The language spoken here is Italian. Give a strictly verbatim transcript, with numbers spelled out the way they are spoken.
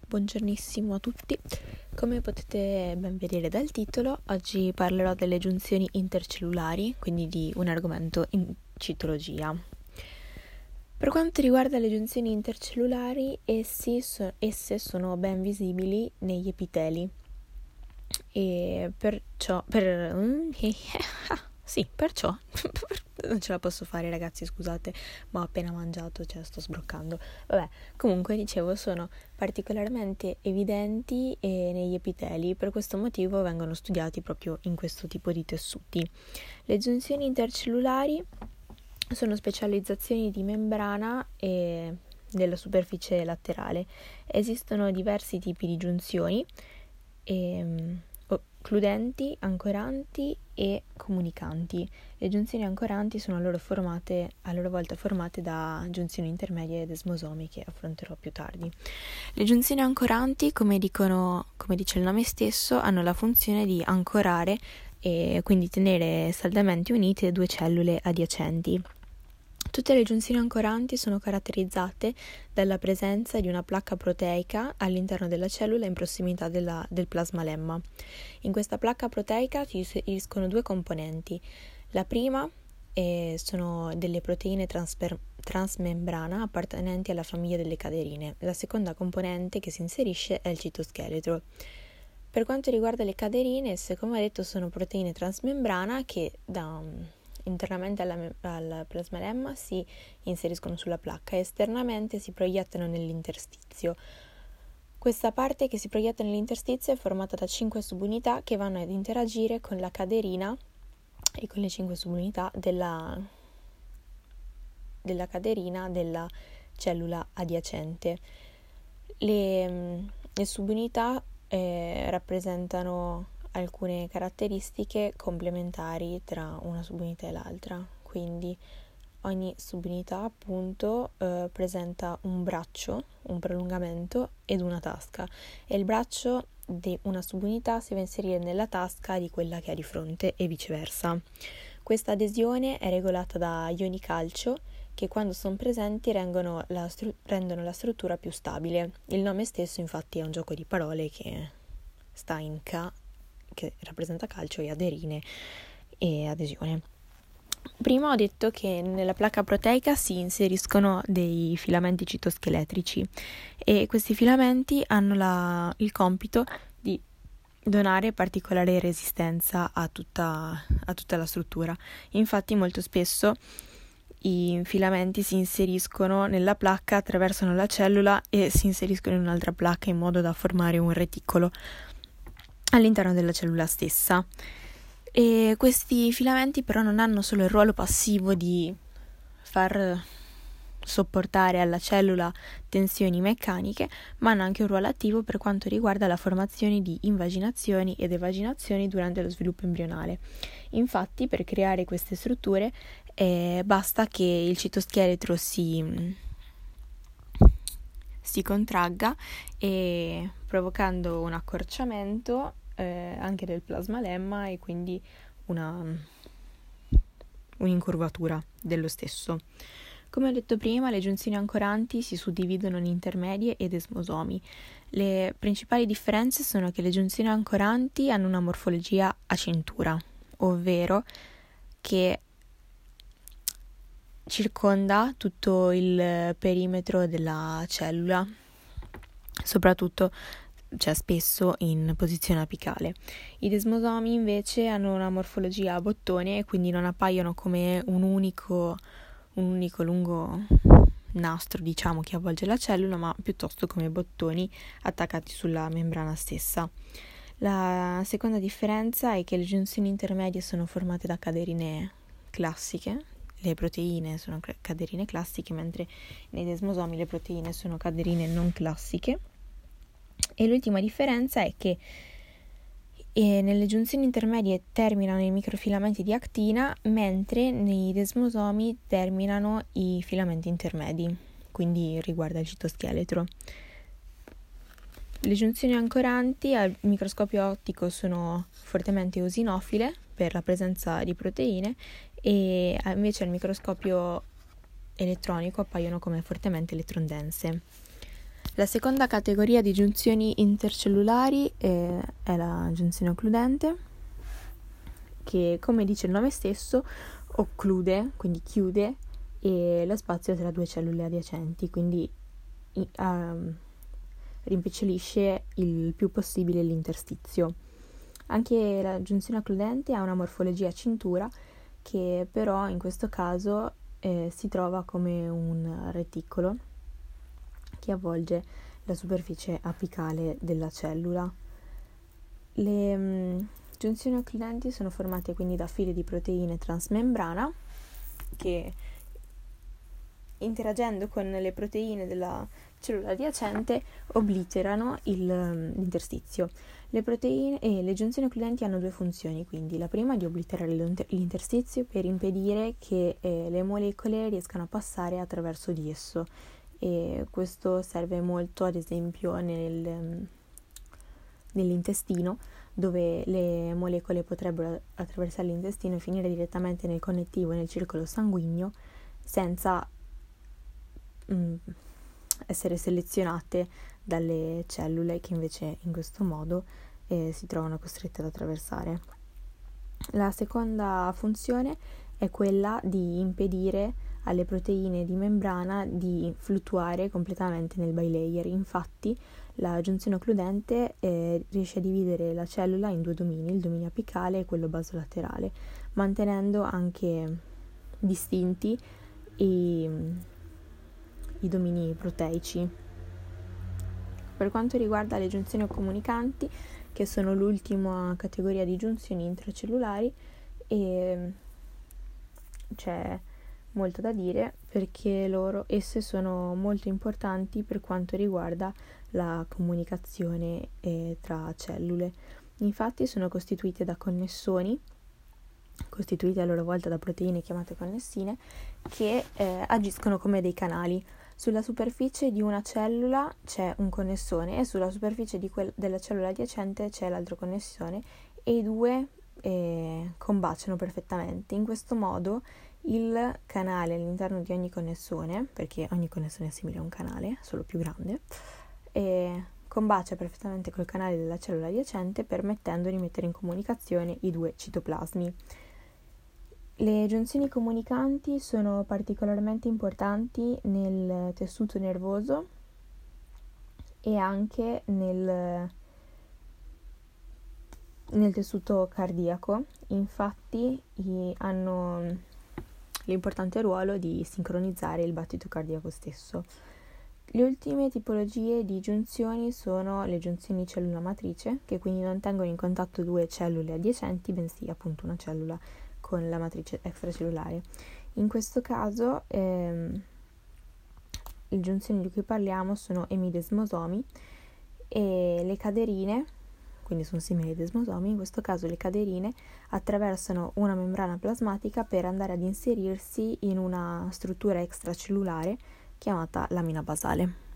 Buongiornissimo a tutti. Come potete ben vedere dal titolo, oggi parlerò delle giunzioni intercellulari, quindi di un argomento in citologia. Per quanto riguarda le giunzioni intercellulari, essi so- esse sono ben visibili negli epiteli e perciò per sì, perciò non ce la posso fare, ragazzi, scusate, ma ho appena mangiato, cioè sto sbroccando. Vabbè, comunque dicevo, sono particolarmente evidenti eh, negli epiteli, per questo motivo vengono studiati proprio in questo tipo di tessuti. Le giunzioni intercellulari sono specializzazioni di membrana e della superficie laterale. Esistono diversi tipi di giunzioni, e, occludenti, ancoranti e comunicanti. Le giunzioni ancoranti sono a loro, formate, a loro volta formate da giunzioni intermedie ed esmosomi che affronterò più tardi. Le giunzioni ancoranti, come, dicono, come dice il nome stesso, hanno la funzione di ancorare e quindi tenere saldamente unite due cellule adiacenti. Tutte le giunzioni ancoranti sono caratterizzate dalla presenza di una placca proteica all'interno della cellula in prossimità della, del plasmalemma. In questa placca proteica si inseriscono due componenti. La prima eh, sono delle proteine transper- transmembrana appartenenti alla famiglia delle caderine. La seconda componente che si inserisce è il citoscheletro. Per quanto riguarda le caderine, esse, come detto, sono proteine transmembrana che da internamente alla, al plasmalemma si inseriscono sulla placca e esternamente si proiettano nell'interstizio. Questa parte che si proietta nell'interstizio è formata da cinque subunità che vanno ad interagire con la caderina e con le cinque subunità della, della caderina della cellula adiacente. Le, le subunità eh, rappresentano alcune caratteristiche complementari tra una subunità e l'altra, quindi ogni subunità appunto eh, presenta un braccio, un prolungamento ed una tasca, e il braccio di una subunità si va a inserire nella tasca di quella che ha di fronte e viceversa. Questa adesione è regolata da ioni calcio che quando sono presenti rendono la, stru- rendono la struttura più stabile. Il nome stesso infatti è un gioco di parole che sta in K, che rappresenta calcio, e aderine e adesione. Prima ho detto che nella placca proteica si inseriscono dei filamenti citoscheletrici e questi filamenti hanno la, il compito di donare particolare resistenza a tutta, a tutta la struttura. Infatti molto spesso i filamenti si inseriscono nella placca, attraversano la cellula e si inseriscono in un'altra placca in modo da formare un reticolo all'interno della cellula stessa. E questi filamenti però non hanno solo il ruolo passivo di far sopportare alla cellula tensioni meccaniche, ma hanno anche un ruolo attivo per quanto riguarda la formazione di invaginazioni ed evaginazioni durante lo sviluppo embrionale. Infatti, per creare queste strutture eh, basta che il citoscheletro si, si contragga e provocando un accorciamento eh, anche del plasmalemma e quindi una, un'incurvatura dello stesso. Come ho detto prima, le giunzioni ancoranti si suddividono in intermedie ed esmosomi. Le principali differenze sono che le giunzioni ancoranti hanno una morfologia a cintura, ovvero che circonda tutto il perimetro della cellula, soprattutto, cioè spesso in posizione apicale. I desmosomi invece hanno una morfologia a bottone e quindi non appaiono come un unico un unico lungo nastro, diciamo, che avvolge la cellula, ma piuttosto come bottoni attaccati sulla membrana stessa. La seconda differenza è che le giunzioni intermedie sono formate da caderine classiche, le proteine sono caderine classiche, mentre nei desmosomi le proteine sono caderine non classiche. E l'ultima differenza è che e nelle giunzioni intermedie terminano i microfilamenti di actina, mentre nei desmosomi terminano i filamenti intermedi, quindi riguarda il citoscheletro. Le giunzioni ancoranti al microscopio ottico sono fortemente eosinofile per la presenza di proteine e invece al microscopio elettronico appaiono come fortemente elettrondense. La seconda categoria di giunzioni intercellulari è, è la giunzione occludente, che, come dice il nome stesso, occlude, quindi chiude, e lo spazio tra due cellule adiacenti, quindi um, rimpicciolisce il più possibile l'interstizio. Anche la giunzione occludente ha una morfologia a cintura, che però in questo caso eh, si trova come un reticolo che avvolge la superficie apicale della cellula. Le mh, giunzioni occludenti sono formate quindi da fili di proteine transmembrana che, interagendo con le proteine della cellula adiacente, obliterano il, l'interstizio. Le proteine e le giunzioni occludenti hanno due funzioni, quindi la prima è di obliterare l'interstizio per impedire che eh, le molecole riescano a passare attraverso di esso, e questo serve molto ad esempio nel, nell'intestino, dove le molecole potrebbero attraversare l'intestino e finire direttamente nel connettivo e nel circolo sanguigno senza mh, essere selezionate dalle cellule, che invece in questo modo eh, si trovano costrette ad attraversare. La seconda funzione è quella di impedire alle proteine di membrana di fluttuare completamente nel bilayer. Infatti la giunzione occludente eh, riesce a dividere la cellula in due domini, il dominio apicale e quello basolaterale, mantenendo anche distinti i, i domini proteici. Per quanto riguarda le giunzioni comunicanti, che sono l'ultima categoria di giunzioni intracellulari, e c'è molto da dire perché loro, esse sono molto importanti per quanto riguarda la comunicazione eh, tra cellule. Infatti sono costituite da connessoni, costituite a loro volta da proteine chiamate connessine, che eh, agiscono come dei canali. Sulla superficie di una cellula c'è un connessone e sulla superficie di quel, della cellula adiacente c'è l'altro connessione, e i due eh, combaciano perfettamente. In questo modo il canale all'interno di ogni connessione, perché ogni connessione è simile a un canale, solo più grande, e combacia perfettamente col canale della cellula adiacente, permettendo di mettere in comunicazione i due citoplasmi. Le giunzioni comunicanti sono particolarmente importanti nel tessuto nervoso e anche nel, nel tessuto cardiaco. Infatti hanno l'importante ruolo di sincronizzare il battito cardiaco stesso. Le ultime tipologie di giunzioni sono le giunzioni cellula matrice, che quindi non tengono in contatto due cellule adiacenti, bensì appunto una cellula con la matrice extracellulare. In questo caso ehm, le giunzioni di cui parliamo sono emidesmosomi, e le caderine, quindi sono simili ai desmosomi. In questo caso le caderine attraversano una membrana plasmatica per andare ad inserirsi in una struttura extracellulare chiamata lamina basale.